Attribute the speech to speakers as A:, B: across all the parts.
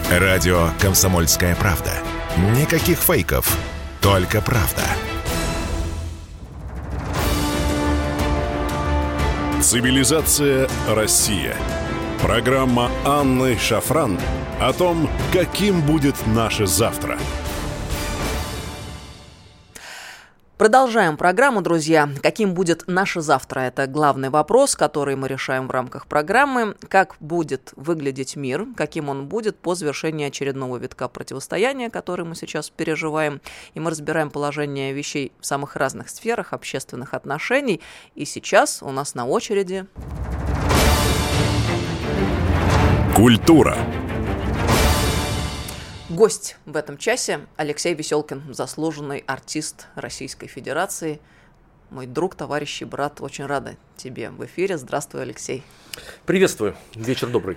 A: Радио «Комсомольская правда». Никаких фейков, только правда. Цивилизация Россия. Программа Анны Шафран о том, каким будет наше завтра.
B: Продолжаем программу, друзья. Каким будет наше завтра? Это главный вопрос, который мы решаем в рамках программы. Как будет выглядеть мир, каким он будет по завершении очередного витка противостояния, который мы сейчас переживаем. И мы разбираем положение вещей в самых разных сферах общественных отношений. И сейчас у нас на очереди...
A: Культура.
B: Гость в этом часе Алексей Веселкин, заслуженный артист Российской Федерации. Мой друг, товарищ и брат, очень рада тебе в эфире. Здравствуй, Алексей.
C: Приветствую. Вечер добрый.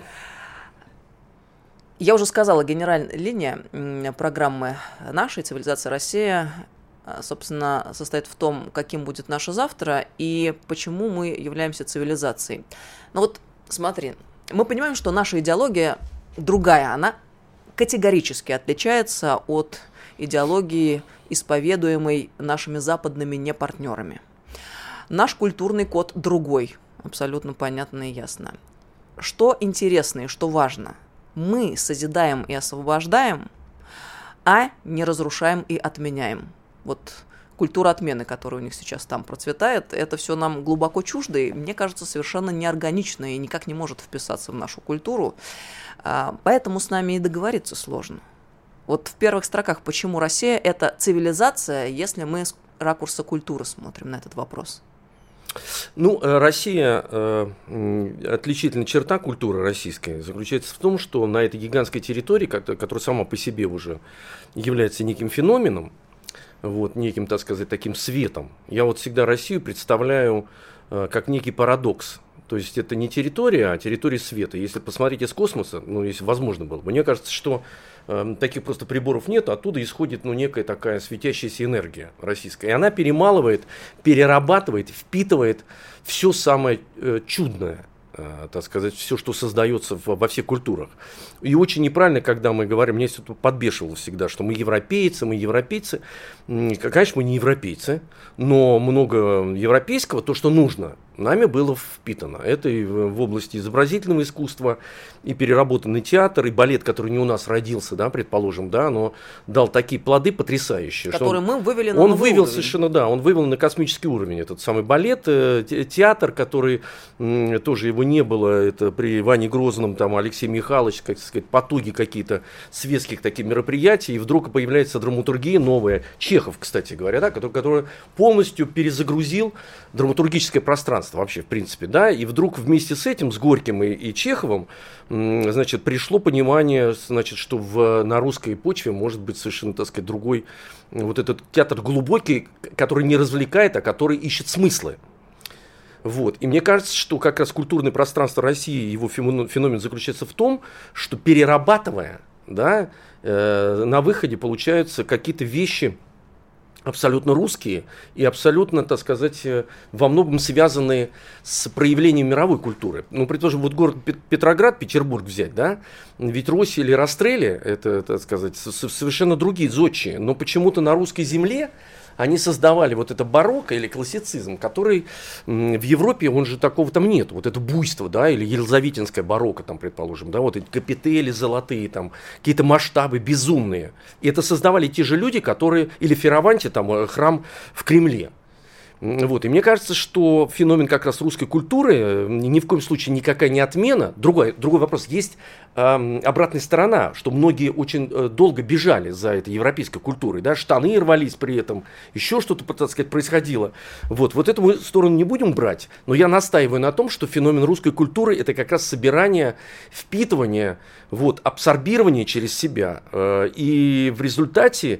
B: Я уже сказала, генеральная линия программы нашей «Цивилизация Россия», собственно, состоит в том, каким будет наше завтра и почему мы являемся цивилизацией. Но вот смотри, мы понимаем, что наша идеология другая, она категорически отличается от идеологии, исповедуемой нашими западными непартнерами. Наш культурный код другой, абсолютно понятно и ясно. Что интересно и что важно? Мы созидаем и освобождаем, а не разрушаем и отменяем. Вот культура отмены, которая у них сейчас там процветает, это все нам глубоко чуждо и, мне кажется, совершенно неорганично и никак не может вписаться в нашу культуру. Поэтому с нами и договориться сложно. Вот в первых строках, почему Россия – это цивилизация, если мы с ракурса культуры смотрим на этот вопрос?
C: Ну, Россия, отличительная черта культуры российской заключается в том, что на этой гигантской территории, которая сама по себе уже является неким феноменом, вот, неким, так сказать, таким светом, я вот всегда Россию представляю как некий парадокс. То есть это не территория, а территория света. Если посмотреть из космоса, ну, если возможно было бы, мне кажется, что таких просто приборов нет, оттуда исходит некая такая светящаяся энергия российская. И она перемалывает, перерабатывает, впитывает все самое чудное, так сказать, все, что создается во всех культурах. И очень неправильно, когда мы говорим, меня это подбешивало всегда, что мы европейцы. Конечно, мы не европейцы, но много европейского, то, что нужно, нами было впитано. Это и в области изобразительного искусства, и переработанный театр, и балет, который не у нас родился, да, предположим, да, но дал такие плоды потрясающие.
B: Которые мы вывели на
C: новый
B: новый
C: уровень.
B: Совершенно,
C: да, он вывел на космический уровень этот самый балет, театр, который тоже его не было, это при Иване Грозном, там, Алексей Михайлович, как сказать, потуги какие-то светских таких мероприятий, и вдруг появляется драматургия новая, Чехов, кстати говоря, да, который полностью перезагрузил драматургическое пространство вообще, в принципе, да, и вдруг вместе с этим, с Горьким и Чеховым, значит, пришло понимание, значит, что на русской почве может быть совершенно, так сказать, другой, вот этот театр глубокий, который не развлекает, а который ищет смыслы. Вот. И мне кажется, что как раз культурное пространство России, его феномен заключается в том, что перерабатывая, да, на выходе получаются какие-то вещи абсолютно русские и абсолютно, так сказать, во многом связанные с проявлением мировой культуры. Ну, предположим, вот город Петроград, Петербург взять, да, ведь Россия или Растрелли, это, так сказать, совершенно другие зодчие, но почему-то на русской земле они создавали вот это барокко или классицизм, который в Европе, он же такого там нет. Вот это буйство, да, или елизаветинское барокко, там, предположим, да, вот эти капители золотые, там, какие-то масштабы безумные. И это создавали те же люди, которые, или Фираванти, там, храм в Кремле. Вот. И мне кажется, что феномен как раз русской культуры ни в коем случае никакая не отмена. Другой вопрос. Есть обратная сторона, что многие очень долго бежали за этой европейской культурой. Да? Штаны рвались при этом, еще что-то, так сказать, происходило. Вот эту мы сторону не будем брать. Но я настаиваю на том, что феномен русской культуры – это как раз собирание, впитывание, абсорбирование через себя. И в результате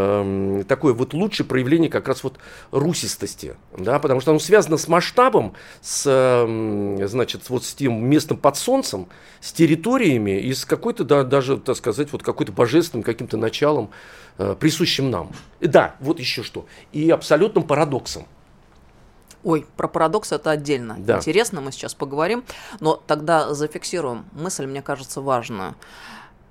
C: такое вот лучшее проявление как раз вот русистости, да, потому что оно связано с масштабом, значит, вот с тем местом под солнцем, с территориями и с какой-то, да, даже, так сказать, вот какой-то божественным каким-то началом, присущим нам. Да, вот еще что. И абсолютным парадоксом.
B: Ой, про парадокс это отдельно. Да. Интересно, мы сейчас поговорим, но тогда зафиксируем мысль, мне кажется, важную.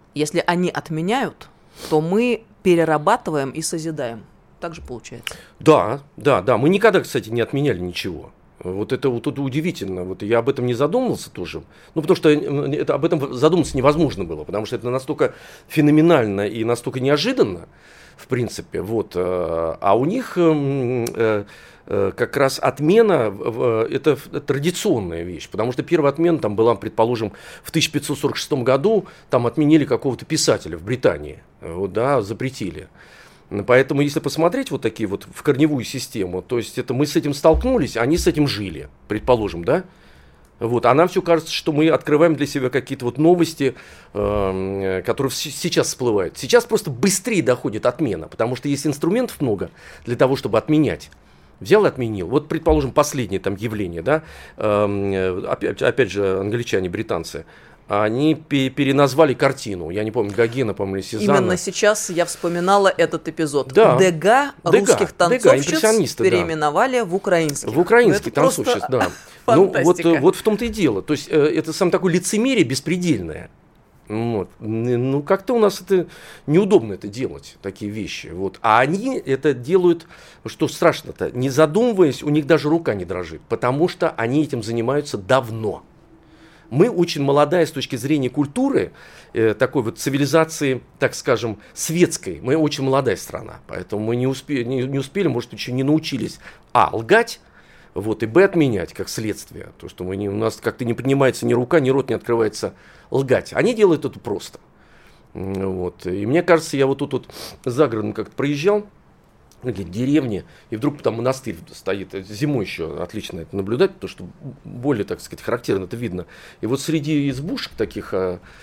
B: Если они отменяют, то мы перерабатываем и созидаем. Так же получается.
C: Да. Мы никогда, кстати, не отменяли ничего. Вот это удивительно. Вот я об этом не задумывался тоже. Ну, потому что об этом задуматься невозможно было, потому что это настолько феноменально и настолько неожиданно, в принципе. Вот. А у них как раз отмена это традиционная вещь, потому что первая отмена там была, предположим, в 1546 году, там отменили какого-то писателя в Британии, вот, да, запретили. Поэтому, если посмотреть вот такие вот в корневую систему, то есть это мы с этим столкнулись, они с этим жили, предположим, да? Вот, а нам все кажется, что мы открываем для себя какие-то вот новости, которые сейчас всплывают. Сейчас просто быстрее доходит отмена, потому что есть инструментов много для того, чтобы отменять. Взял и отменил. Вот, предположим, последнее там явление, да, опять же, англичане, британцы, они переназвали картину. Я не помню, Гогена, по-моему, или Сезанна.
B: Именно сейчас я вспоминала этот эпизод.
C: Да.
B: Дега русских танцовщиц переименовали в украинских.
C: В украинских танцовщиц, да. Ну, вот в том-то и дело. То есть это сам такое лицемерие беспредельное. Вот. Ну, как-то у нас это неудобно это делать, такие вещи. Вот. А они это делают, что страшно-то, не задумываясь, у них даже рука не дрожит, потому что они этим занимаются давно. Мы очень молодая с точки зрения культуры, такой вот цивилизации, так скажем, светской. Мы очень молодая страна, поэтому мы не успели, может, еще не научились лгать, вот, и отменять как следствие. То, что у нас как-то не поднимается ни рука, ни рот не открывается лгать. Они делают это просто. Вот. И мне кажется, я вот тут вот за городом как-то проезжал, в деревне, и вдруг там монастырь стоит. Зимой еще отлично это наблюдать, потому что более, так сказать, характерно это видно. И вот среди избушек таких,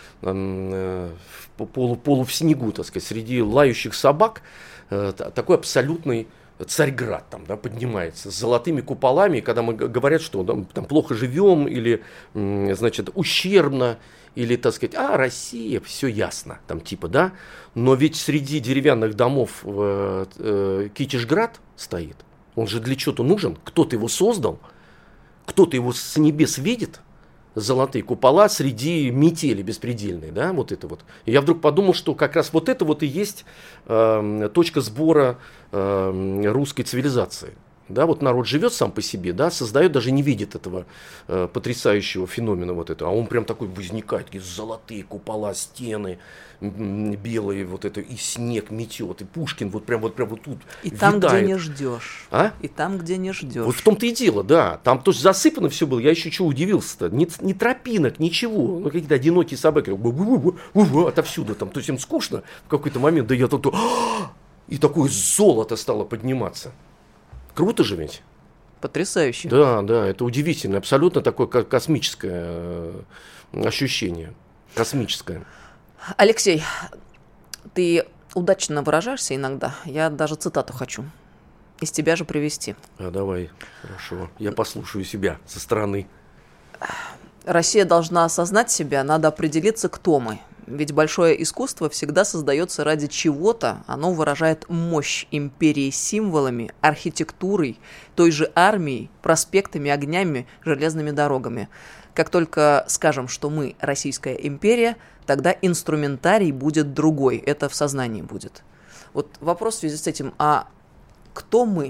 C: полу в снегу, так сказать, среди лающих собак, такой абсолютный Царьград там, да, поднимается с золотыми куполами, и когда мы говорят, что там плохо живем, или, значит, ущербно, или, так сказать, Россия, все ясно, там типа, да, но ведь среди деревянных домов Китежград стоит, он же для чего-то нужен, кто-то его создал, кто-то его с небес видит, золотые купола среди метели беспредельной, да, вот это вот. И я вдруг подумал, что как раз вот это вот и есть точка сбора русской цивилизации. Да, вот народ живет сам по себе, да, создает, даже не видит этого потрясающего феномена вот этого, а он прям такой возникает, такие золотые купола, стены белые, вот это, и снег метет, и Пушкин вот прям вот тут
B: и
C: витает.
B: Там, где не ждешь. И там, где не ждешь.
C: Вот в том-то и дело, да, там тоже засыпано все было, я еще чего удивился-то, ни тропинок, ничего, ну какие-то одинокие собаки, отовсюду там, то есть им скучно в какой-то момент, да я тут, и такое золото стало подниматься. Круто же ведь?
B: Потрясающе.
C: Да, это удивительно. Абсолютно такое космическое ощущение. Космическое.
B: Алексей, ты удачно выражаешься иногда. Я даже цитату хочу из тебя же привести.
C: Давай, хорошо. Я послушаю себя со стороны.
B: Россия должна осознать себя, надо определиться, кто мы. Ведь большое искусство всегда создается ради чего-то, оно выражает мощь империи символами, архитектурой, той же армией, проспектами, огнями, железными дорогами. Как только скажем, что мы Российская империя, тогда инструментарий будет другой, это в сознании будет. Вот вопрос в связи с этим, а кто мы?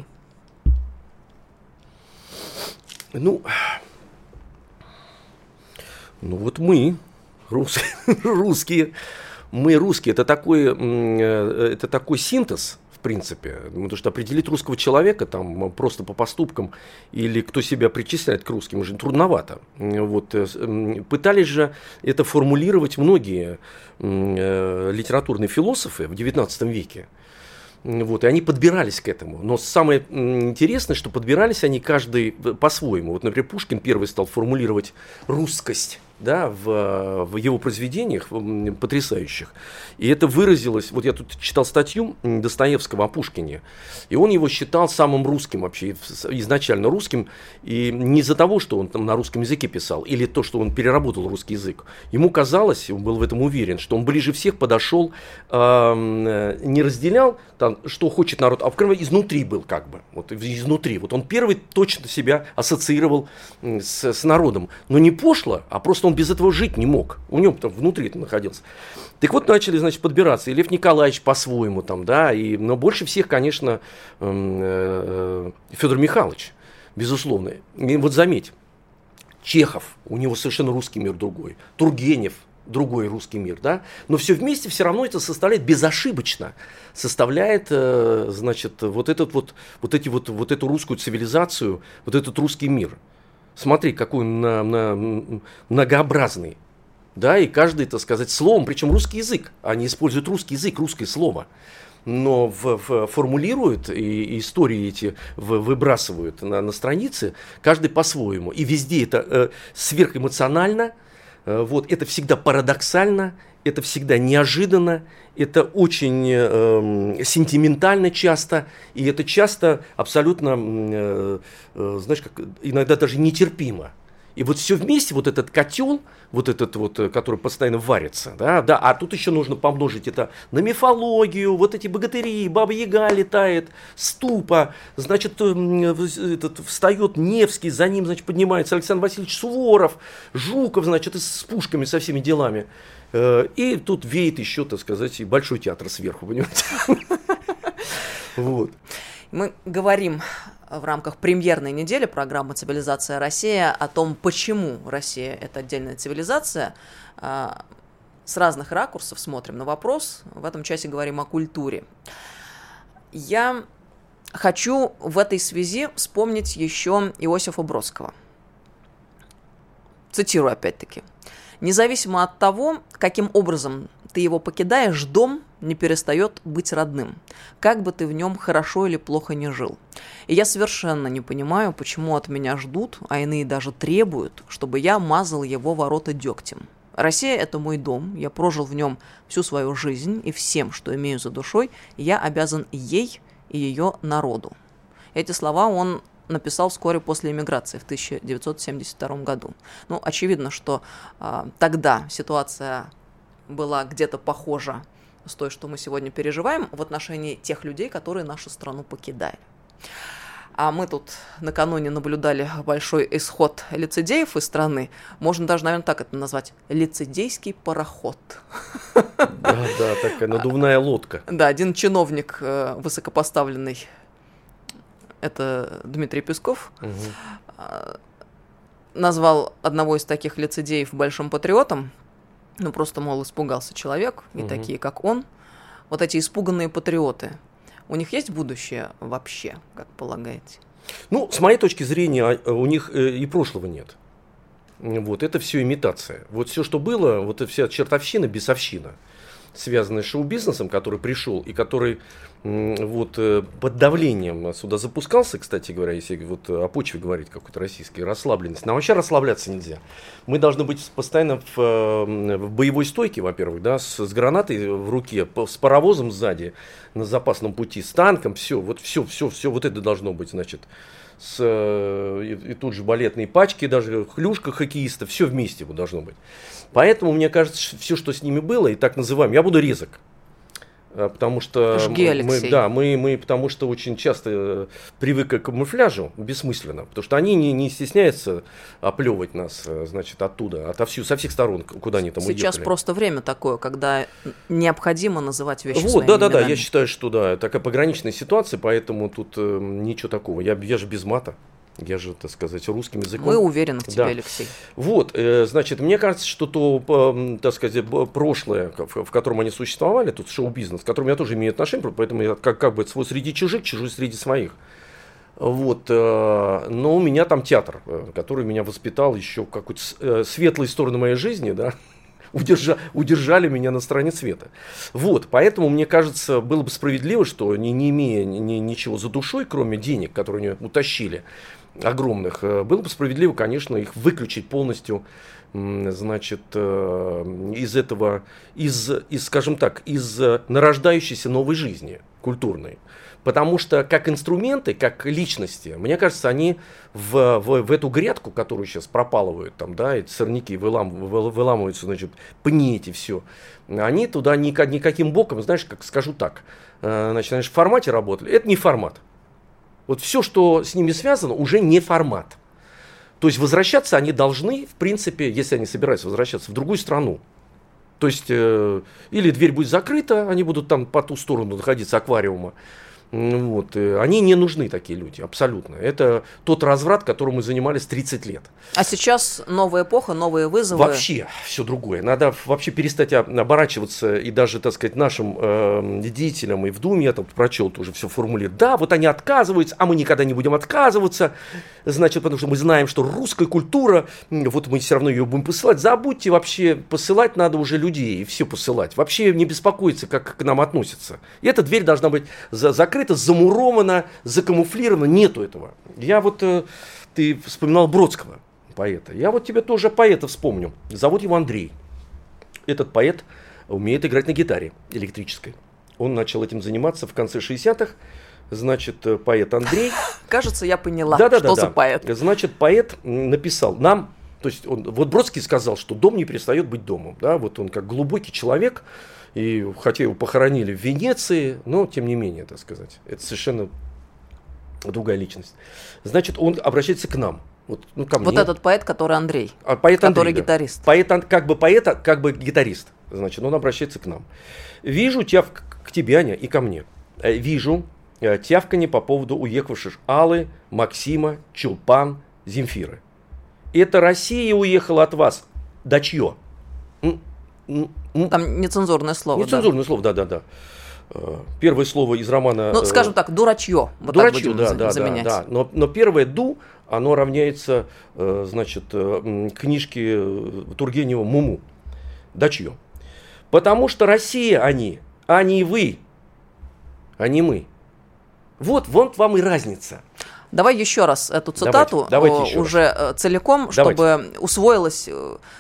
C: Ну вот мы... Русские. Мы русские. Это такой синтез, в принципе. Потому что определить русского человека там, просто по поступкам или кто себя причисляет к русским, уже трудновато. Вот. Пытались же это формулировать многие литературные философы в XIX веке. Вот, и они подбирались к этому. Но самое интересное, что подбирались они каждый по-своему. Вот, например, Пушкин первый стал формулировать русскость, да, в его произведениях потрясающих. И это выразилось, вот я тут читал статью Достоевского о Пушкине, и он его считал самым русским вообще, изначально русским, и не из-за того, что он там на русском языке писал, или то, что он переработал русский язык. Ему казалось, он был в этом уверен, что он ближе всех подошел, не разделял, там, что хочет народ, а в крайнем мере изнутри был как бы, вот изнутри. Вот он первый точно себя ассоциировал с народом, но не пошло, а просто он без этого жить не мог. У него там внутри это находился. Так вот, начали, значит, подбираться. И Лев Николаевич по-своему там, да, но больше всех, конечно, Федор Михайлович, безусловно. И вот заметь, Чехов, у него совершенно русский мир другой. Тургенев, другой русский мир, да, но все вместе все равно это составляет безошибочно, составляет, значит, вот эту русскую цивилизацию, вот этот русский мир. Смотри, какой он многообразный, да, и каждый, так сказать, словом, причем русский язык, они используют русский язык, русское слово, но формулируют и истории эти выбрасывают на страницы, каждый по-своему, и везде это сверхэмоционально. Вот, это всегда парадоксально, это всегда неожиданно, это очень сентиментально часто, и это часто абсолютно, знаешь, как, иногда даже нетерпимо. И вот все вместе, вот этот котел, вот этот вот, который постоянно варится, да, а тут еще нужно помножить это на мифологию, вот эти богатыри, Баба-Яга летает, Ступа, значит, встает Невский, за ним, значит, поднимается Александр Васильевич Суворов, Жуков, значит, с пушками, со всеми делами. И тут веет еще, так сказать, и Большой театр сверху, понимаете? Вот.
B: Мы говорим в рамках премьерной недели программы «Цивилизация Россия» о том, почему Россия – это отдельная цивилизация. С разных ракурсов смотрим на вопрос. В этом часе говорим о культуре. Я хочу в этой связи вспомнить еще Иосифа Бродского. Цитирую опять-таки. «Независимо от того, каким образом ты его покидаешь, дом не перестает быть родным, как бы ты в нем хорошо или плохо ни жил. И я совершенно не понимаю, почему от меня ждут, а иные даже требуют, чтобы я мазал его ворота дегтем. Россия – это мой дом, я прожил в нем всю свою жизнь, и всем, что имею за душой, я обязан ей и ее народу». Эти слова он написал вскоре после эмиграции в 1972 году. Ну, очевидно, что тогда ситуация была где-то похожа с той, что мы сегодня переживаем в отношении тех людей, которые нашу страну покидали. А мы тут накануне наблюдали большой исход лицедеев из страны. Можно даже, наверное, так это назвать. Лицедейский пароход.
C: Да, такая надувная лодка.
B: Да, один чиновник высокопоставленный, это Дмитрий Песков, назвал одного из таких лицедеев большим патриотом. Ну, просто, мол, испугался человек, и такие, как он. Вот эти испуганные патриоты, у них есть будущее вообще, как полагаете?
C: Ну, с моей точки зрения, у них и прошлого нет. Вот, это все имитация. Вот все, что было, вот эта вся чертовщина, бесовщина, связанная с шоу-бизнесом, который пришел и который вот под давлением сюда запускался, кстати говоря, если вот о почве говорить какой-то российской расслабленности. Нам вообще расслабляться нельзя. Мы должны быть постоянно в боевой стойке, во-первых, да, с гранатой в руке, с паровозом сзади, на запасном пути, с танком, все вот это должно быть, значит, и тут же балетные пачки, даже хлюшка хоккеиста, все вместе вот должно быть. Поэтому, мне кажется, все, что с ними было, и так называем, я буду резок. Потому что мы потому что очень часто привыкли к камуфляжу бессмысленно, потому что они не стесняются оплевывать нас, значит, оттуда, со всех сторон, куда они там уехали.
B: Сейчас просто время такое, когда необходимо называть вещи
C: вот,
B: своими именами.
C: Да, я считаю, что да, такая пограничная ситуация, поэтому тут ничего такого. Я же без мата. Я же, так сказать, русским языком.
B: Мы уверены в тебе, да. Алексей.
C: Вот, значит, мне кажется, что то, так сказать, прошлое, в котором они существовали, тут шоу-бизнес, к которому я тоже имею отношение, поэтому я как бы свой среди чужих, чужой среди своих. Вот, но у меня там театр, который меня воспитал еще какую-то светлую сторону моей жизни, да, удержали меня на стороне света. Вот, поэтому, мне кажется, было бы справедливо, что не имея ничего за душой, кроме денег, которые они утащили, огромных, было бы справедливо, конечно, их выключить полностью, значит, скажем так, из нарождающейся новой жизни культурной. Потому что как инструменты, как личности, мне кажется, они в эту грядку, которую сейчас пропалывают, там, да, эти сорняки выламываются, значит, пни эти все, они туда никаким боком, знаешь, как скажу так, значит, в формате работали, это не формат. Вот все, что с ними связано, уже не формат. То есть возвращаться они должны, в принципе, если они собираются возвращаться, в другую страну. То есть или дверь будет закрыта, они будут там по ту сторону находиться аквариума. Вот. Они не нужны, такие люди, абсолютно. Это тот разврат, которым мы занимались 30 лет.
B: А сейчас новая эпоха, новые вызовы.
C: Вообще все другое. Надо вообще перестать оборачиваться и даже, так сказать, нашим деятелям и в Думе, я там прочел тоже все формулировать. Да, вот они отказываются, а мы никогда не будем отказываться. Значит, потому что мы знаем, что русская культура, вот мы все равно ее будем посылать. Забудьте вообще, посылать надо уже людей, и все посылать. Вообще не беспокоиться, как к нам относятся. И эта дверь должна быть закрыта, замуровано, закамуфлировано, нету этого. Я вот, ты вспоминал Бродского, поэта. Я вот тебе тоже поэта вспомню. Зовут его Андрей. Этот поэт умеет играть на гитаре электрической. Он начал этим заниматься в конце 60-х. Значит, поэт Андрей.
B: Кажется, я поняла,
C: что
B: за поэт.
C: Значит, поэт написал нам, то есть вот Бродский сказал, что дом не перестает быть домом. Да? Вот он как глубокий человек. И хотя его похоронили в Венеции, но тем не менее, так сказать, это совершенно другая личность. Значит, он обращается к нам. Вот, ко мне.
B: Вот этот поэт, который Андрей,
C: поэт
B: который
C: Андрей,
B: гитарист.
C: Да. Поэт, как бы гитарист. Значит, он обращается к нам. Вижу к тебе, Аня, и ко мне. Вижу тявканье по поводу уехавших Аллы, Максима, Чулпан, Земфиры. Это Россия уехала от вас. Да чье?
B: Там нецензурное слово.
C: Нецензурное слово, да. Первое слово из романа...
B: Ну, скажем так, дурачье. Вот
C: дурачье,
B: так будем заменять.
C: Да. Но первое «ду», оно равняется, значит, книжке Тургенева «Муму». Дачье. Потому что Россия они, а не вы, а не мы. Вот вам и разница.
B: Давай еще раз эту цитату,
C: давайте еще
B: уже
C: раз.
B: Целиком, чтобы усвоилась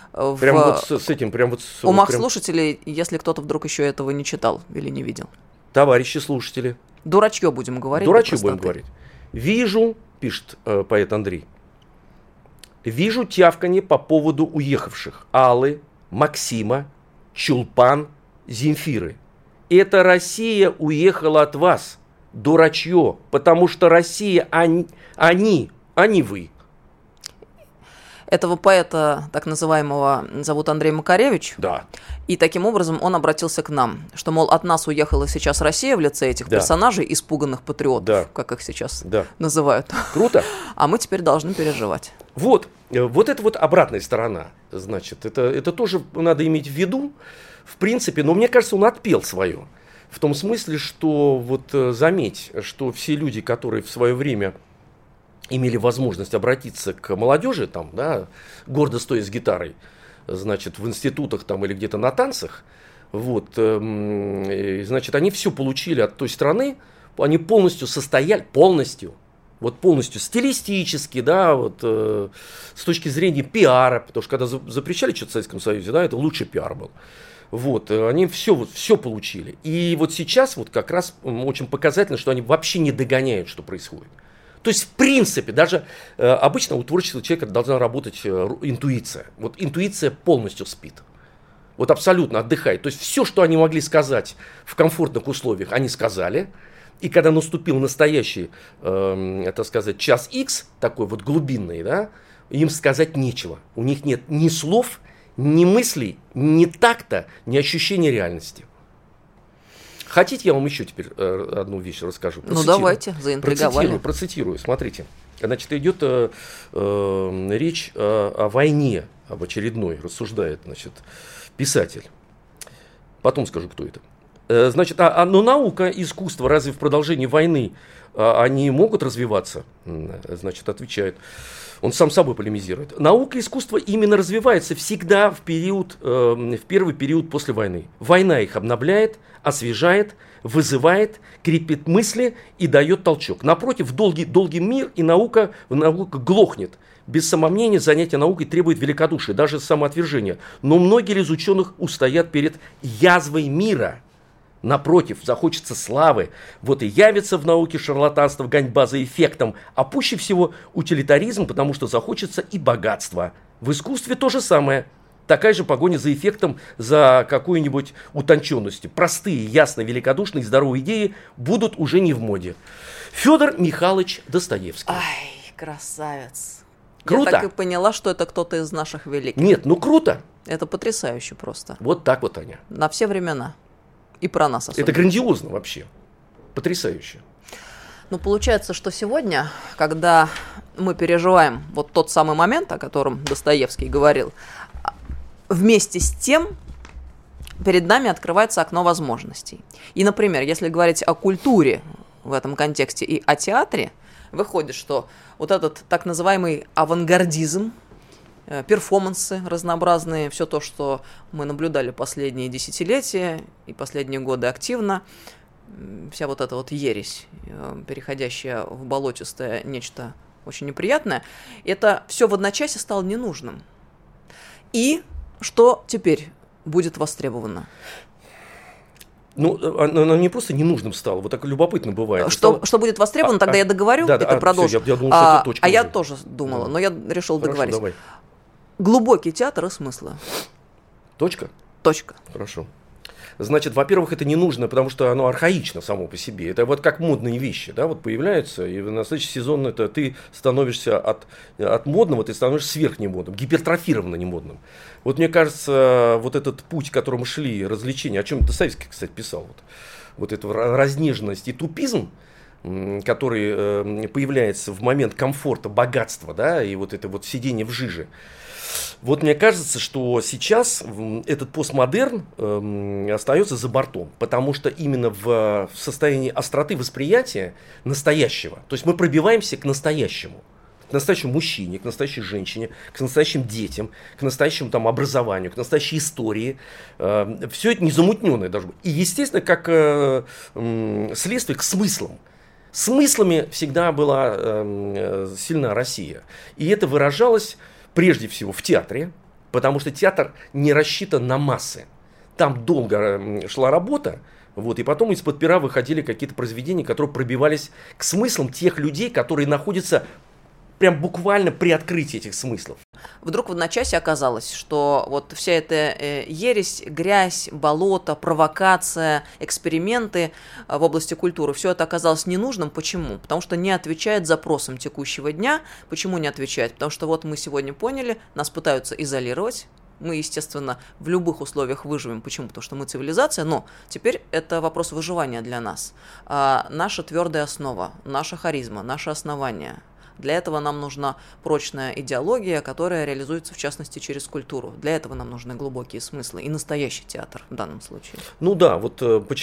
B: в умах слушателей, если кто-то вдруг еще этого не читал или не видел.
C: Товарищи слушатели.
B: Дурачье будем говорить.
C: Дурачье будем говорить. Вижу, пишет поэт Андрей, вижу тявканье по поводу уехавших Аллы, Максима, Чулпан, Земфиры. Это Россия уехала от вас. Дурачье, потому что Россия, они, а не вы.
B: Этого поэта, так называемого, зовут Андрей Макаревич.
C: Да.
B: И таким образом он обратился к нам, что, мол, от нас уехала сейчас Россия в лице этих персонажей, испуганных патриотов, как их сейчас называют.
C: Круто.
B: А мы теперь должны переживать.
C: Вот это вот обратная сторона. Значит, это тоже надо иметь в виду, в принципе, но мне кажется, он отпел свое. В том смысле, что вот заметь, что все люди, которые в свое время имели возможность обратиться к молодежи, там, да, гордо стоя с гитарой, значит, в институтах там, или где-то на танцах, вот, значит, они все получили от той страны, они полностью состояли, полностью стилистически, да, вот, с точки зрения пиара, потому что когда запрещали что-то в Советском Союзе, да, это лучший пиар был. Вот, они все получили. И вот сейчас вот как раз очень показательно, что они вообще не догоняют, что происходит. То есть, в принципе, даже обычно у творческого человека должна работать интуиция. Вот интуиция полностью спит. Вот абсолютно отдыхает. То есть, все, что они могли сказать в комфортных условиях, они сказали. И когда наступил настоящий, так сказать, час X, такой вот глубинный, да, им сказать нечего. У них нет ни слов, ни мыслей, ни такта, ни ощущения реальности. Хотите, я вам еще теперь одну вещь расскажу?
B: Ну, давайте, заинтриговали.
C: Процитирую, смотрите. Значит, идет речь о войне, об очередной, рассуждает, значит, писатель. Потом скажу, кто это. Значит, но наука, искусство, разве в продолжении войны они могут развиваться? Значит, отвечает. Он сам собой полемизирует. Наука и искусство именно развиваются всегда в первый период после войны. Война их обновляет, освежает, вызывает, крепит мысли и дает толчок. Напротив, долгий мир и наука глохнет. Без самомнения занятие наукой требует великодушия, даже самоотвержения. Но многие из ученых устоят перед язвой мира. Напротив, захочется славы, вот и явится в науке шарлатанство, гоньба за эффектом, а пуще всего утилитаризм, потому что захочется и богатство. В искусстве то же самое. Такая же погоня за эффектом, за какой-нибудь утонченностью. Простые, ясные, великодушные, здоровые идеи будут уже не в моде. Федор Михайлович Достоевский.
B: Ай, красавец.
C: Круто.
B: Я так и поняла, что это кто-то из наших великих.
C: Нет, ну круто.
B: Это потрясающе просто.
C: Вот так вот, Аня.
B: На все времена. И про нас особенно.
C: Это грандиозно вообще. Потрясающе.
B: Ну, получается, что сегодня, когда мы переживаем вот тот самый момент, о котором Достоевский говорил, вместе с тем перед нами открывается окно возможностей. И, например, если говорить о культуре в этом контексте и о театре, выходит, что вот этот так называемый авангардизм, перформансы разнообразные, все то, что мы наблюдали последние десятилетия и последние годы активно, вся вот эта вот ересь, переходящая в болотистое нечто очень неприятное, это все в одночасье стало ненужным. И что теперь будет востребовано?
C: Ну, оно не просто ненужным стало, вот так любопытно бывает.
B: Что будет востребовано, тогда я договорю,
C: да,
B: и ты продолжишь.
C: Я думал, что это точка.
B: Я тоже думала, но я решил договорить.
C: Давай.
B: Глубокий театр и смыслы.
C: Точка?
B: Точка.
C: Хорошо. Значит, во-первых, это не нужно, потому что оно архаично само по себе. Это вот как модные вещи, да, вот появляются, и на следующий сезон это ты становишься от модного, ты становишься сверхнемодным, гипертрофированно немодным. Вот мне кажется, вот этот путь, к которому шли развлечения, о чем Достоевский, кстати, писал, вот эту разнеженность и тупизм, который появляется в момент комфорта, богатства, да, и вот это вот сидение в жиже. Вот мне кажется, что сейчас этот постмодерн остается за бортом, потому что именно в состоянии остроты восприятия настоящего, то есть мы пробиваемся к настоящему мужчине, к настоящей женщине, к настоящим детям, к настоящему там образованию, к настоящей истории. Все это незамутненное должно быть. И, естественно, как следствие к смыслам. Смыслами всегда была сильна Россия. И это выражалось прежде всего в театре, потому что театр не рассчитан на массы. Там долго шла работа, вот, и потом из-под пера выходили какие-то произведения, которые пробивались к смыслам тех людей, которые находятся прям буквально при открытии этих смыслов.
B: Вдруг в одночасье оказалось, что вот вся эта ересь, грязь, болото, провокация, эксперименты в области культуры, все это оказалось ненужным. Почему? Потому что не отвечает запросам текущего дня. Почему не отвечает? Потому что вот мы сегодня поняли, нас пытаются изолировать. Мы, естественно, в любых условиях выживем. Почему? Потому что мы цивилизация, но теперь это вопрос выживания для нас. Наша твердая основа, наша харизма, наше основание. Для этого нам нужна прочная идеология, которая реализуется, в частности, через культуру. Для этого нам нужны глубокие смыслы и настоящий театр в данном случае.
C: Ну да, вот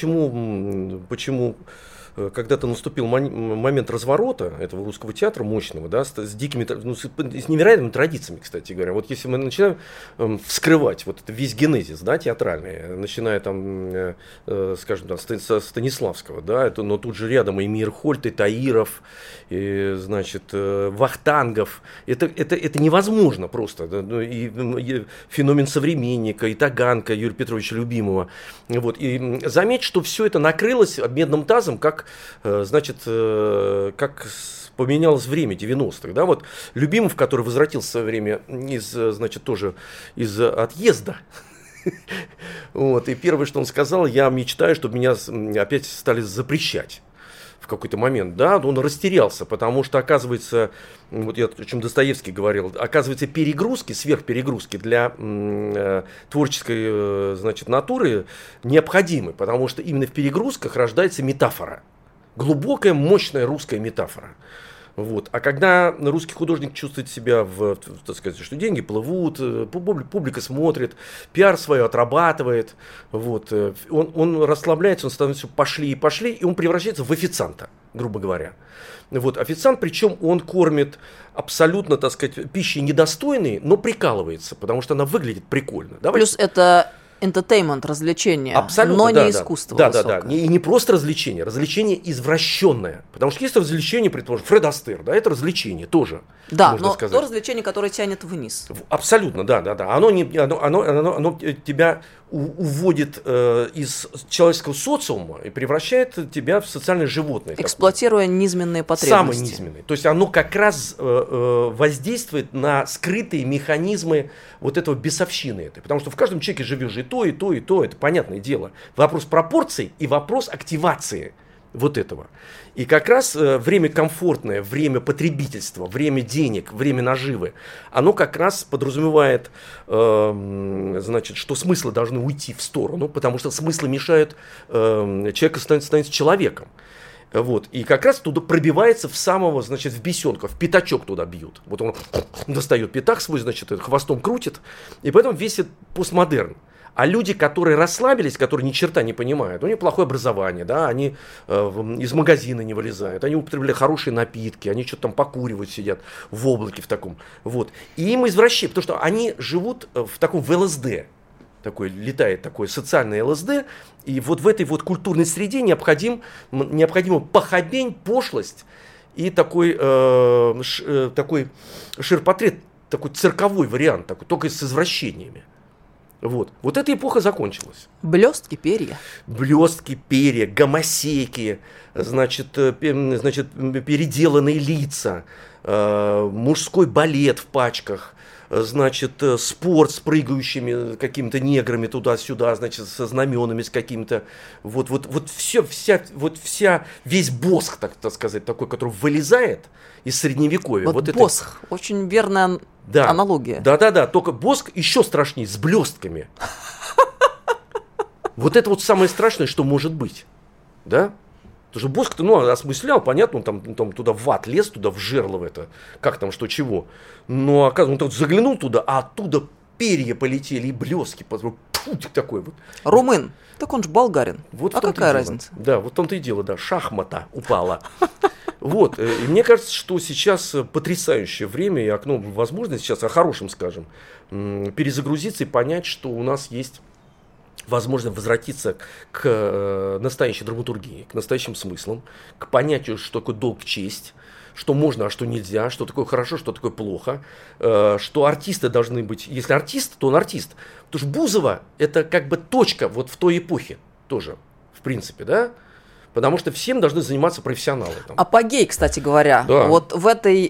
C: почему когда-то наступил момент разворота этого русского театра мощного, да, с дикими, с невероятными традициями, кстати говоря. Вот если мы начинаем вскрывать вот это весь генезис, да, театральный, начиная там, скажем, да, со Станиславского, да, но тут же рядом и Мейерхольд, и Таиров, и, значит, Вахтангов. Это невозможно просто. Да, и феномен современника, и Таганка Юрия Петровича Любимого. Вот. И заметь, что все это накрылось медным тазом, как поменялось время 90-х. Да? Вот Любимов, который возвратился в свое время из отъезда. Вот. И первое, что он сказал: я мечтаю, чтобы меня опять стали запрещать. В какой-то момент, да, он растерялся, потому что, оказывается, вот я о чем Достоевский говорил, оказывается, перегрузки, сверхперегрузки для творческой, значит, натуры необходимы, потому что именно в перегрузках рождается метафора, глубокая, мощная русская метафора. Вот. А когда русский художник чувствует себя, так сказать, что деньги плывут, публика смотрит, пиар свое отрабатывает, вот, он расслабляется, он становится пошли, и он превращается в официанта, грубо говоря. Вот, официант, причем он кормит абсолютно, так сказать, пищей недостойной, но прикалывается, потому что она выглядит прикольно.
B: Плюс это entertainment, развлечение, но не искусство высокое.
C: Да. И не просто развлечение извращенное. Потому что есть развлечение, предположим, Фред Астейр, да, это развлечение тоже.
B: Да, можно сказать. То развлечение, которое тянет вниз.
C: Абсолютно, да. Оно тебя уводит из человеческого социума и превращает тебя в социальное животное.
B: Эксплуатируя низменные потребности.
C: Самые низменные. То есть оно как раз воздействует на скрытые механизмы вот этого бесовщины этой. Потому что в каждом человеке живет же и то, это понятное дело. Вопрос пропорций и вопрос активации вот этого. И как раз время комфортное, время потребительства, время денег, время наживы, оно как раз подразумевает, значит, что смыслы должны уйти в сторону, потому что смыслы мешают человеку становиться человеком. Вот. И как раз туда пробивается в самого, значит, в бесенка, в пятачок туда бьют. Вот он достает пятак свой, значит, хвостом крутит, и поэтому весь этот постмодерн. А люди, которые расслабились, которые ни черта не понимают, у них плохое образование, да, они из магазина не вылезают, они употребляют хорошие напитки, они что-то там покуривают, сидят в облаке в таком. Вот. И им извращают, потому что они живут в таком в ЛСД. Такой, летает такой социальный ЛСД, и вот в этой вот культурной среде необходима похабень, пошлость и такой ширпотреб, такой цирковой вариант, такой, только с извращениями. Вот эта эпоха закончилась.
B: Блестки, перья.
C: Блестки, перья, гомосеки, значит, переделанные лица, мужской балет в пачках, значит, спорт с прыгающими какими-то неграми туда-сюда, значит, со знаменами, с какими-то, весь босх, так сказать, такой, который вылезает из средневековья.
B: Вот босх, это... очень верная аналогия.
C: Да, только босх еще страшнее, с блестками. Вот это вот самое страшное, что может быть, да? Потому что босх-то, осмыслял, понятно, он там туда в ад лез, туда в жерло в это, как там, что, чего. Но, оказывается, он заглянул туда, а оттуда перья полетели и блески. Такой вот.
B: Румын, так он же болгарин.
C: Вот
B: а какая разница?
C: Да, вот в том-то и дело, да, шахмата упала. Вот, и мне кажется, что сейчас потрясающее время и окно возможности, сейчас о хорошем скажем, перезагрузиться и понять, что у нас есть возможность возвратиться к настоящей драматургии, к настоящим смыслам, к понятию, что такое долг, честь, что можно, а что нельзя, что такое хорошо, что такое плохо, что артисты должны быть, если артист, то он артист. Потому что Бузова это как бы точка вот в той эпохе тоже, в принципе, да? Потому что всем должны заниматься профессионалы. Там.
B: Апогей, кстати говоря,
C: да.
B: Вот в этой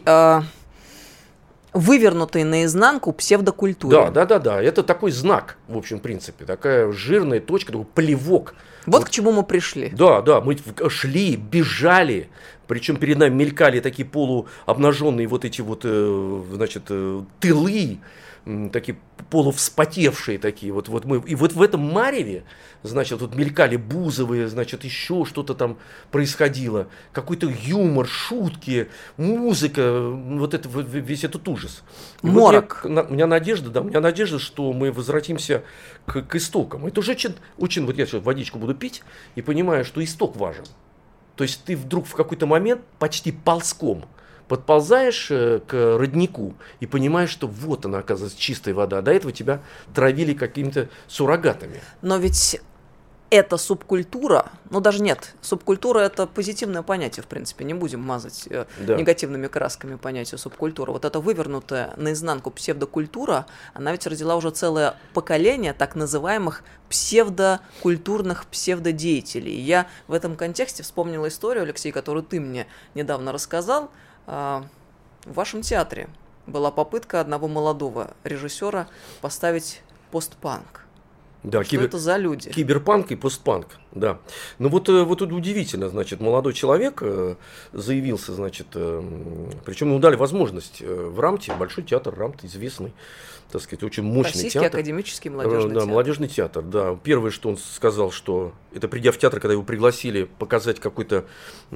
B: вывернутой наизнанку псевдокультуре.
C: Да. Это такой знак, в общем, в принципе. Такая жирная точка, такой плевок.
B: Вот к чему мы пришли.
C: Да, мы шли, бежали. Причем перед нами мелькали такие полуобнаженные вот эти вот, значит, тылы. Такие полувспотевшие такие. Вот мы, и вот в этом мареве, значит, тут мелькали Бузовые, значит, еще что-то там происходило. Какой-то юмор, шутки, музыка, вот это, весь этот ужас.
B: Морок.
C: Вот у меня надежда, что мы возвратимся к истокам. Это уже очень, вот я сейчас водичку буду пить и понимаю, что исток важен. То есть ты вдруг в какой-то момент почти ползком подползаешь к роднику и понимаешь, что вот она, оказывается, чистая вода. До этого тебя травили какими-то суррогатами.
B: Но ведь это субкультура, даже нет, субкультура это позитивное понятие, в принципе, не будем мазать негативными красками понятие субкультура. Вот эта вывернутая наизнанку псевдокультура, она ведь родила уже целое поколение так называемых псевдокультурных псевдодеятелей. И я в этом контексте вспомнила историю, Алексей, которую ты мне недавно рассказал. В вашем театре была попытка одного молодого режиссера поставить постпанк.
C: Да,
B: что это за люди?
C: Киберпанк и постпанк, да. Ну вот тут удивительно, значит, молодой человек заявился, значит, причем ему дали возможность в Рамте, большой театр Рамт, известный, так сказать, очень мощный
B: Российский
C: театр.
B: академический молодежный театр.
C: Да, молодежный театр, да. Первое, что он сказал, что это придя в театр, когда его пригласили показать какой-то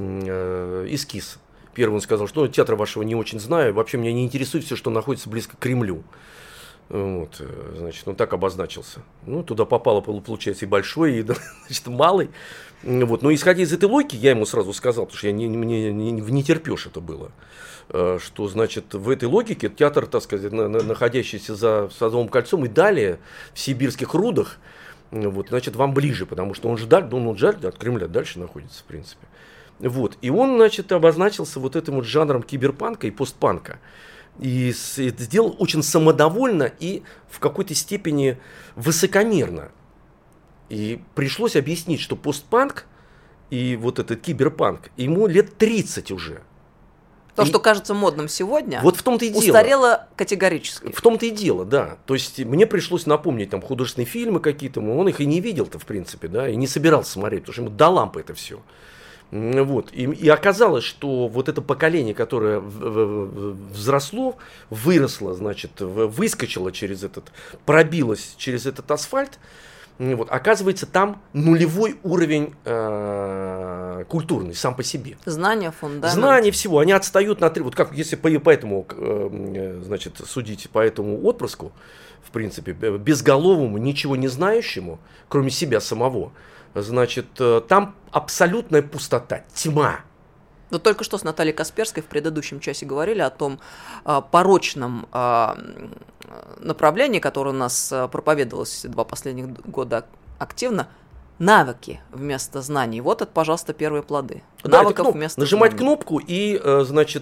C: эскиз. Первый он сказал, что театра вашего не очень знаю, вообще меня не интересует все, что находится близко к Кремлю. Вот, значит, он так обозначился. Туда попало, получается, и большой, и, значит, малый. Вот, но исходя из этой логики, я ему сразу сказал, потому что мне не терпешь это было, что, значит, в этой логике театр, так сказать, находящийся за Садовым кольцом и далее в сибирских рудах, вот, значит, вам ближе, потому что он же от Кремля дальше находится, в принципе. Вот. И он, значит, обозначился вот этим вот жанром киберпанка и постпанка. И это сделал очень самодовольно и в какой-то степени высокомерно. И пришлось объяснить, что постпанк и вот этот киберпанк, ему лет 30 уже.
B: То, что кажется модным сегодня,
C: вот в том-то и дело.
B: Устарело категорически.
C: В том-то и дело, да. То есть мне пришлось напомнить там художественные фильмы какие-то, он их и не видел-то, в принципе, да, и не собирался смотреть, потому что ему до лампы это все. Вот. И оказалось, что вот это поколение, которое взросло, выросло, значит, выскочило через пробилось через этот асфальт, вот, оказывается, там нулевой уровень культурный сам по себе.
B: Знания, фундамент.
C: Знания всего. Они отстают на 3. Вот как, если по этому, значит, судить по этому отпрыску, в принципе, безголовому, ничего не знающему, кроме себя самого, значит, там абсолютная пустота, тьма.
B: Вот только что с Натальей Касперской в предыдущем часе говорили о том порочном направлении, которое у нас проповедовалось 2 последних года активно. Навыки вместо знаний. Вот это, пожалуйста, первые плоды.
C: Да,
B: навыков вместо
C: нажимать
B: знаний.
C: кнопку и, значит,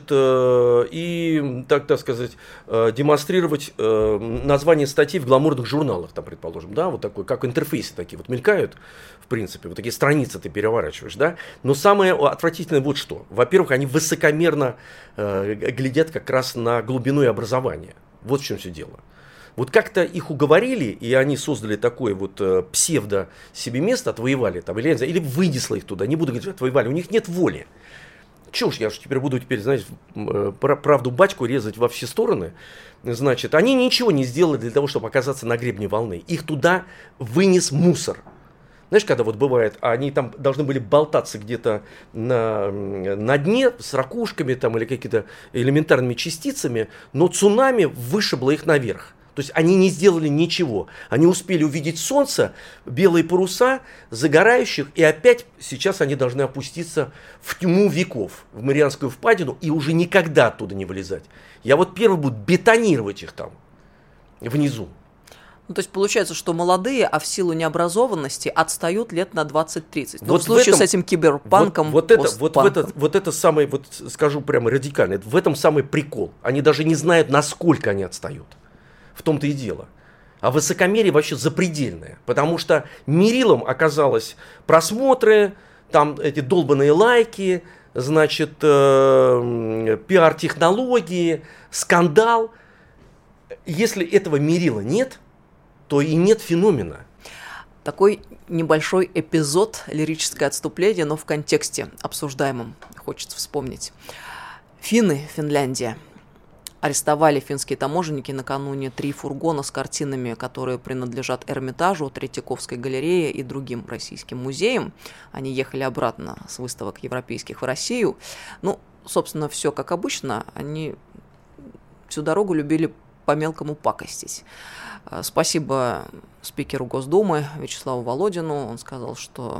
C: и, так сказать, демонстрировать название статей в гламурных журналах, там, предположим, да, вот такой, как интерфейсы такие вот мелькают, в принципе, вот такие страницы ты переворачиваешь, да. Но самое отвратительное вот что. Во-первых, они высокомерно глядят как раз на глубину и образование. Вот в чем все дело. Вот как-то их уговорили, и они создали такое вот псевдо себе место, отвоевали там, или вынесло их туда, не буду говорить, отвоевали, у них нет воли. Чего ж я же теперь буду, знаете, правду бачку резать во все стороны. Значит, они ничего не сделали для того, чтобы оказаться на гребне волны. Их туда вынес мусор. Знаешь, когда вот бывает, они там должны были болтаться где-то на дне с ракушками там, или какими-то элементарными частицами, но цунами вышибло их наверх. То есть они не сделали ничего. Они успели увидеть солнце, белые паруса, загорающих, и опять сейчас они должны опуститься в тьму веков, в Марианскую впадину, и уже никогда оттуда не вылезать. Я вот первый буду бетонировать их там, внизу.
B: Ну, то есть получается, что молодые, а в силу необразованности отстают лет на 20-30. Ну,
C: Вот
B: в случае
C: этом,
B: с этим киберпанком,
C: вот это самый, вот скажу прямо радикально, в этом самый прикол. Они даже не знают, насколько они отстают. В том-то и дело. А высокомерие вообще запредельное. Потому что мерилом оказалось просмотры, там эти долбаные лайки, значит, пиар-технологии, скандал. Если этого мерила нет, то и нет феномена.
B: Такой небольшой эпизод, лирическое отступление, но в контексте обсуждаемом хочется вспомнить. Финны, Финляндия. Арестовали финские таможенники накануне 3 фургона с картинами, которые принадлежат Эрмитажу, Третьяковской галерее и другим российским музеям. Они ехали обратно с выставок европейских в Россию. Ну, собственно, все как обычно. Они всю дорогу любили по-мелкому пакостить. Спасибо спикеру Госдумы Вячеславу Володину. Он сказал, что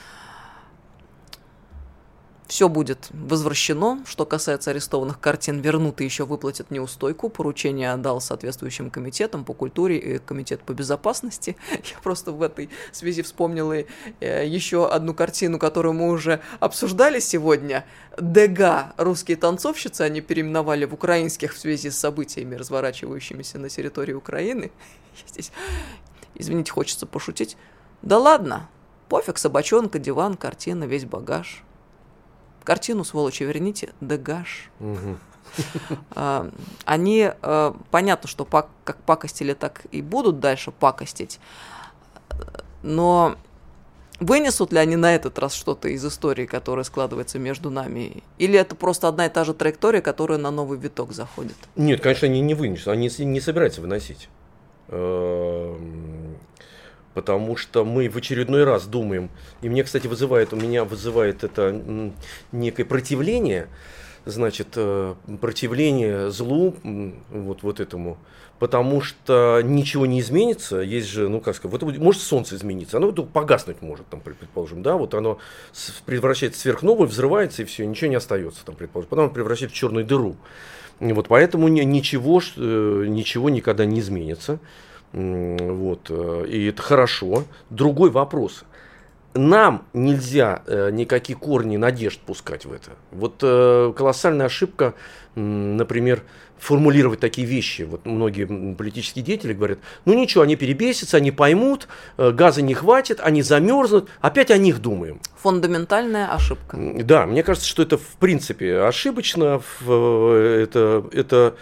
B: все будет возвращено. Что касается арестованных картин, вернут и еще выплатят неустойку. Поручение отдал соответствующим комитетам по культуре и комитет по безопасности. Я просто в этой связи вспомнила еще одну картину, которую мы уже обсуждали сегодня. Дега, русские танцовщицы, они переименовали в украинских в связи с событиями, разворачивающимися на территории Украины. Здесь, извините, хочется пошутить. Да ладно, пофиг, собачонка, диван, картина, весь багаж. Картину, сволочи, верните, дегаж. Они, понятно, что как пакостили, так и будут дальше пакостить, но вынесут ли они на этот раз что-то из истории, которая складывается между нами? Или это просто одна и та же траектория, которая на новый виток заходит?
C: Нет, конечно, они не вынесут, они не собираются выносить. Потому что мы в очередной раз думаем, и меня, кстати, вызывает это некое противление, значит, противление злу, вот этому, потому что ничего не изменится, есть же, ну, как сказать, вот может солнце измениться, оно погаснуть может, там, предположим, да, вот оно превращается в сверхновую, взрывается, и все, ничего не остается, там, предположим, потом оно превращается в черную дыру, вот, поэтому ничего никогда не изменится. Вот, и это хорошо. Другой вопрос. Нам нельзя никакие корни надежд пускать в это. Вот колоссальная ошибка, например, формулировать такие вещи. Вот многие политические деятели говорят, ну ничего, они перебесятся, они поймут, газа не хватит, они замерзнут, опять о них думаем.
B: Фундаментальная ошибка.
C: Да, мне кажется, что это в принципе ошибочно, это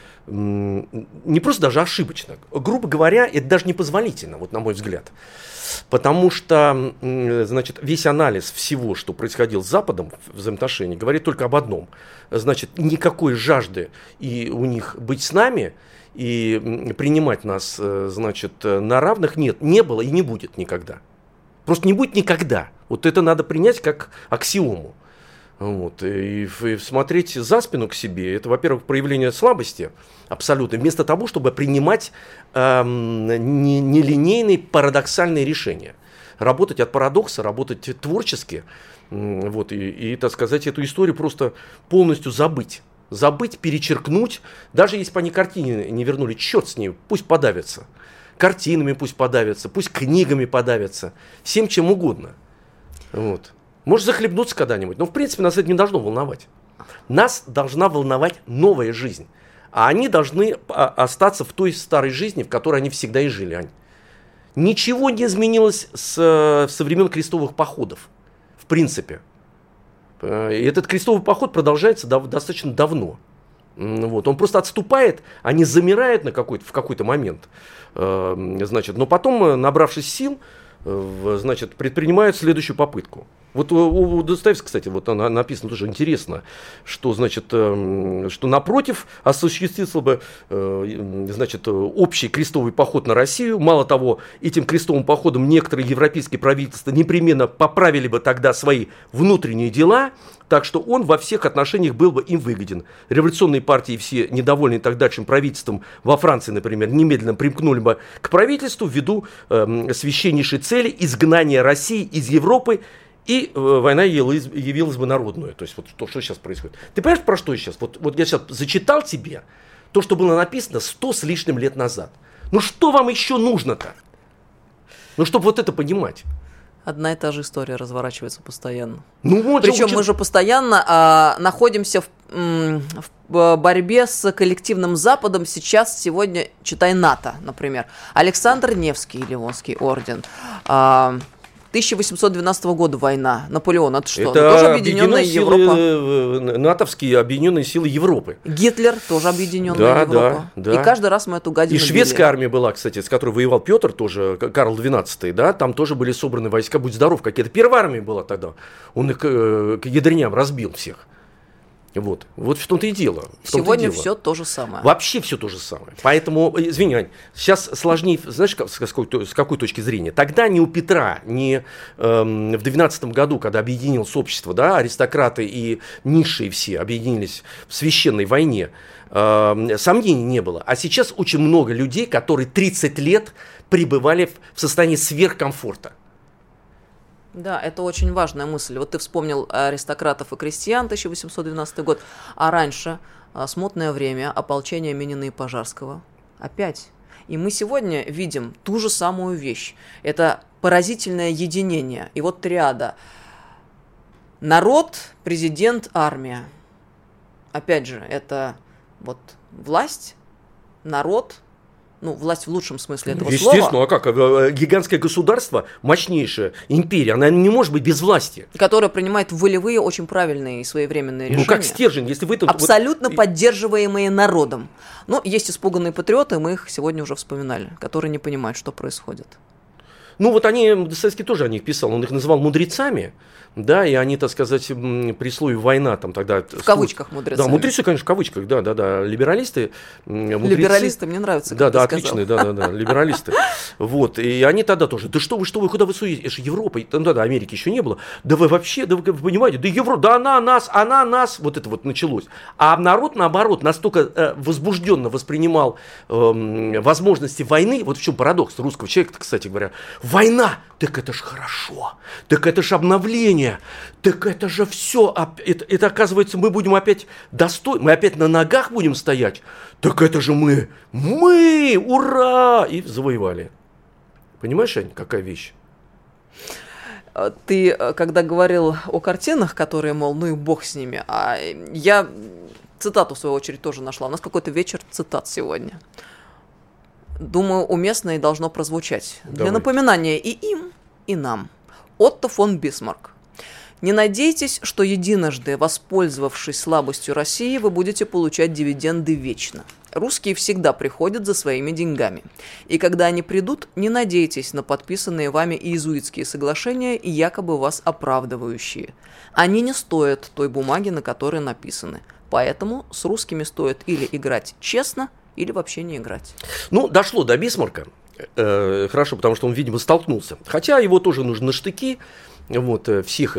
C: не просто даже ошибочно, грубо говоря, это даже непозволительно, вот на мой взгляд. Потому что, значит, весь анализ всего, что происходило с Западом в взаимоотношениях, говорит только об одном. Значит, никакой жажды и у них быть с нами и принимать нас, значит, на равных не было и не будет никогда. Просто не будет никогда. Вот это надо принять как аксиому. Вот. И смотреть за спину к себе, это, во-первых, проявление слабости абсолютно, вместо того, чтобы принимать нелинейные парадоксальные решения. Работать от парадокса, работать творчески, вот, и, так сказать, эту историю просто полностью забыть. Забыть, перечеркнуть, даже если бы они картины не вернули, черт с ней, пусть подавятся. Картинами пусть подавятся, пусть книгами подавятся, всем чем угодно. Вот. Может захлебнуться когда-нибудь, но в принципе нас это не должно волновать. Нас должна волновать новая жизнь, а они должны остаться в той старой жизни, в которой они всегда и жили, Ань. Ничего не изменилось со времен крестовых походов, в принципе. И этот крестовый поход продолжается достаточно давно. Вот. Он просто отступает, они замирают в какой-то момент, значит, но потом, набравшись сил, значит, предпринимают следующую попытку. Вот у Достоевского, кстати, вот она написано тоже интересно, что, значит, что напротив осуществился бы, значит, общий крестовый поход на Россию. Мало того, этим крестовым походом некоторые европейские правительства непременно поправили бы тогда свои внутренние дела, так что он во всех отношениях был бы им выгоден. Революционные партии, все недовольные тогдашним правительством во Франции, например, немедленно примкнули бы к правительству ввиду священнейшей цели изгнания России из Европы, и война явилась бы народную. То есть вот то, что сейчас происходит. Ты понимаешь, про что я сейчас? Вот я сейчас зачитал тебе то, что было написано 100 с лишним лет назад. Ну что вам еще нужно-то? Ну, чтобы вот это понимать.
B: Одна и та же история разворачивается постоянно.
C: Ну, вот
B: причем мы же постоянно находимся в борьбе с коллективным Западом. Сейчас, сегодня, читай НАТО, например. Александр Невский, Ливонский орден. 1812 года война. Наполеон, это что?
C: Это
B: тоже объединенная
C: Европа. натовские объединенные силы Европы.
B: Гитлер тоже объединенная Европа.
C: Да.
B: И каждый раз мы эту гадину
C: И шведская армия была, кстати, с которой воевал Петр, тоже Карл XII, да, там тоже были собраны войска, будь здоров, какие-то. Первая армия была тогда. Он их к ядреням разбил всех. Вот в том-то и дело.
B: Сегодня все то же самое.
C: Вообще все то же самое. Поэтому, извини, Ань, сейчас сложнее, знаешь, с какой точки зрения? Тогда ни у Петра, ни в 12 году, когда объединилось общество, да, аристократы и низшие все объединились в священной войне, сомнений не было. А сейчас очень много людей, которые 30 лет пребывали в состоянии сверхкомфорта.
B: Да, это очень важная мысль. Вот ты вспомнил аристократов и крестьян, 1812 год, а раньше смутное время, ополчение Минина и Пожарского. Опять. И мы сегодня видим ту же самую вещь. Это поразительное единение. И вот триада. Народ, президент, армия. Опять же, это вот власть, народ, ну, власть в лучшем смысле этого слова.
C: Естественно, а как? Гигантское государство, мощнейшая империя, она не может быть без власти.
B: Которая принимает волевые, очень правильные и своевременные решения.
C: Ну, как стержень, если вы...
B: Абсолютно поддерживаемые народом. Но есть испуганные патриоты, мы их сегодня уже вспоминали, которые не понимают, что происходит.
C: Ну, вот Достоевский тоже о них писал, он их называл мудрецами, да, и они, так сказать, при слове «война» там тогда...
B: В кавычках мудрецы.
C: Да, мудрецы, конечно, в кавычках, да, либералисты. Мудрецы.
B: Либералисты, мне нравится, как
C: да,
B: ты
C: отличные, да, либералисты. Вот, и они тогда тоже, да что вы, куда вы суетесь, это же Европа, там тогда Америки еще не было, да вы вообще, да вы понимаете, да Европа, да она нас, вот это вот началось. А народ, наоборот, настолько возбужденно воспринимал возможности войны, вот в чем парадокс русского человека, кстати говоря, война, так это ж хорошо, так это ж обновление, так это же все, это оказывается, мы будем опять достойны, мы опять на ногах будем стоять, так это же мы, ура, и завоевали. Понимаешь, Ань, какая вещь?
B: Ты, когда говорил о картинах, которые, мол, ну и бог с ними, а я цитату, в свою очередь, тоже нашла. У нас какой-то вечер цитат сегодня. Думаю, уместно и должно прозвучать.
C: Давай.
B: Для напоминания и им, и нам. Отто фон Бисмарк. Не надейтесь, что единожды, воспользовавшись слабостью России, вы будете получать дивиденды вечно. Русские всегда приходят за своими деньгами. И когда они придут, не надейтесь на подписанные вами иезуитские соглашения и якобы вас оправдывающие. Они не стоят той бумаги, на которой написаны. Поэтому с русскими стоит или играть честно, или вообще не играть.
C: Ну, дошло до Бисмарка. Хорошо, потому что он, видимо, столкнулся. Хотя его тоже нужно на штыки. Всех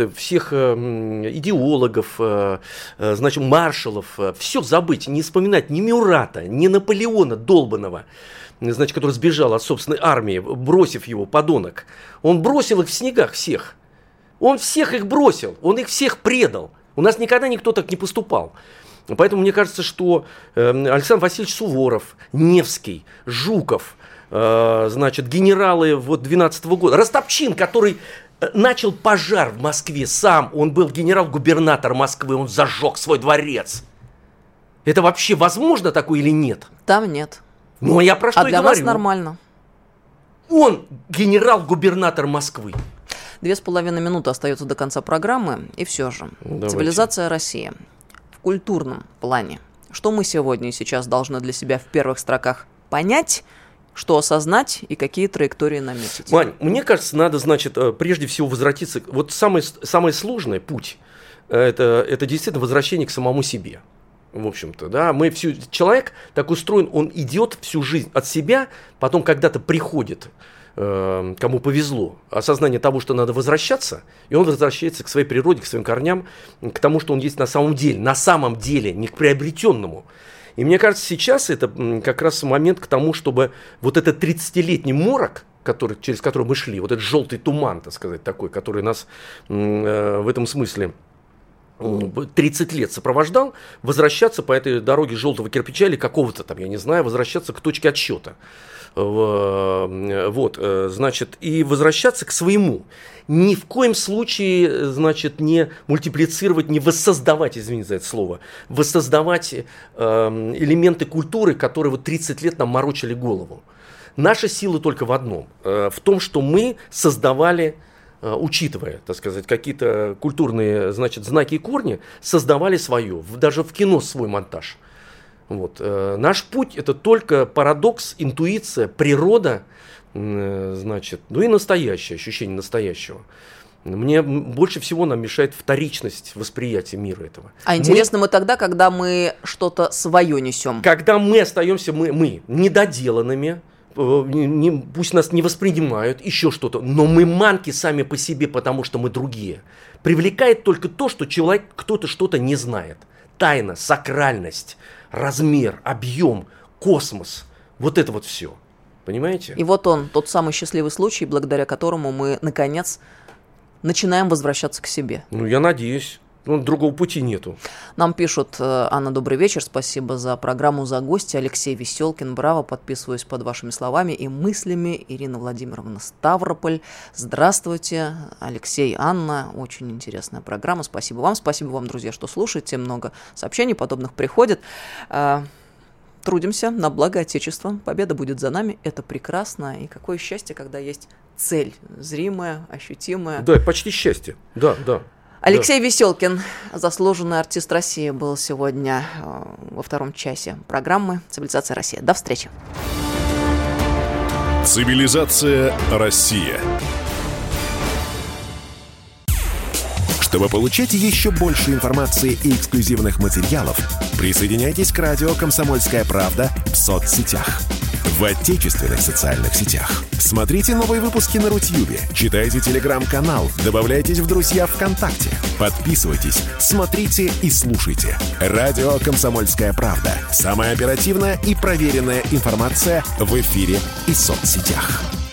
C: идеологов, значит, маршалов, все забыть, не вспоминать ни Мюрата, ни Наполеона долбаного, значит, который сбежал от собственной армии, бросив его, подонок. Он бросил их в снегах всех. Он всех их бросил, он их всех предал. У нас никогда никто так не поступал. Поэтому мне кажется, что Александр Васильевич Суворов, Невский, Жуков, значит, генералы 12 года, Ростопчин, который начал пожар в Москве сам, он был генерал-губернатор Москвы, он зажег свой дворец. Это вообще возможно такое или нет?
B: Там нет.
C: Ну, я про что и говорю.
B: А для вас нормально.
C: Он генерал-губернатор Москвы.
B: 2,5 минуты остается до конца программы, и все же.
C: Давайте.
B: Цивилизация России. В культурном плане. Что мы сегодня и сейчас должны для себя в первых строках понять, что осознать и какие траектории наметить?
C: Мань, мне кажется, надо, значит, прежде всего возвратиться. Вот самый сложный путь это действительно возвращение к самому себе. В общем-то, да, человек так устроен, он идет всю жизнь от себя, потом когда-то приходит, кому повезло, осознание того, что надо возвращаться, и он возвращается к своей природе, к своим корням, к тому, что он есть на самом деле, не к приобретенному. И мне кажется, сейчас это как раз момент к тому, чтобы вот этот 30-летний морок, через который мы шли, вот этот желтый туман, так сказать, такой, который нас в этом смысле 30 лет сопровождал, возвращаться по этой дороге желтого кирпича или какого-то там, я не знаю, возвращаться к точке отсчета. Значит, и возвращаться к своему. Ни в коем случае, значит, не мультиплицировать, не воссоздавать, извините за это слово, воссоздавать элементы культуры, которые 30 лет нам морочили голову. Наша сила только в одном, в том, что мы создавали, учитывая, так сказать, какие-то культурные, значит, знаки и корни, создавали свое, даже в кино свой монтаж. Наш путь – это только парадокс, интуиция, природа, значит, и настоящее, ощущение настоящего. Мне больше всего нам мешает вторичность восприятия мира этого.
B: А интересно мы тогда, когда мы что-то свое несем.
C: Когда мы остаемся, мы недоделанными, пусть нас не воспринимают, еще что-то, но мы манки сами по себе, потому что мы другие. Привлекает только то, что человек, кто-то что-то не знает. Тайна, сакральность, размер, объем, космос. Вот это вот все. Понимаете?
B: И вот он, тот самый счастливый случай, благодаря которому мы, наконец, начинаем возвращаться к себе.
C: Я надеюсь. Другого пути нету.
B: Нам пишут: Анна, добрый вечер, спасибо за программу, за гостя. Алексей Веселкин, браво, подписываюсь под вашими словами и мыслями. Ирина Владимировна, Ставрополь. Здравствуйте, Алексей, Анна, очень интересная программа, спасибо вам, друзья, что слушаете, много сообщений подобных приходит. Трудимся на благо Отечества, победа будет за нами, это прекрасно, и какое счастье, когда есть цель, зримая, ощутимая.
C: Да, почти счастье, да.
B: Алексей Веселкин, заслуженный артист России, был сегодня во втором часе программы «Цивилизация Россия». До встречи.
A: Цивилизация Россия. Чтобы получать еще больше информации и эксклюзивных материалов, присоединяйтесь к радио «Комсомольская правда» в соцсетях. В отечественных социальных сетях. Смотрите новые выпуски на Рутьюбе, читайте телеграм-канал, добавляйтесь в друзья ВКонтакте, подписывайтесь, смотрите и слушайте. Радио «Комсомольская правда». Самая оперативная и проверенная информация в эфире и соцсетях.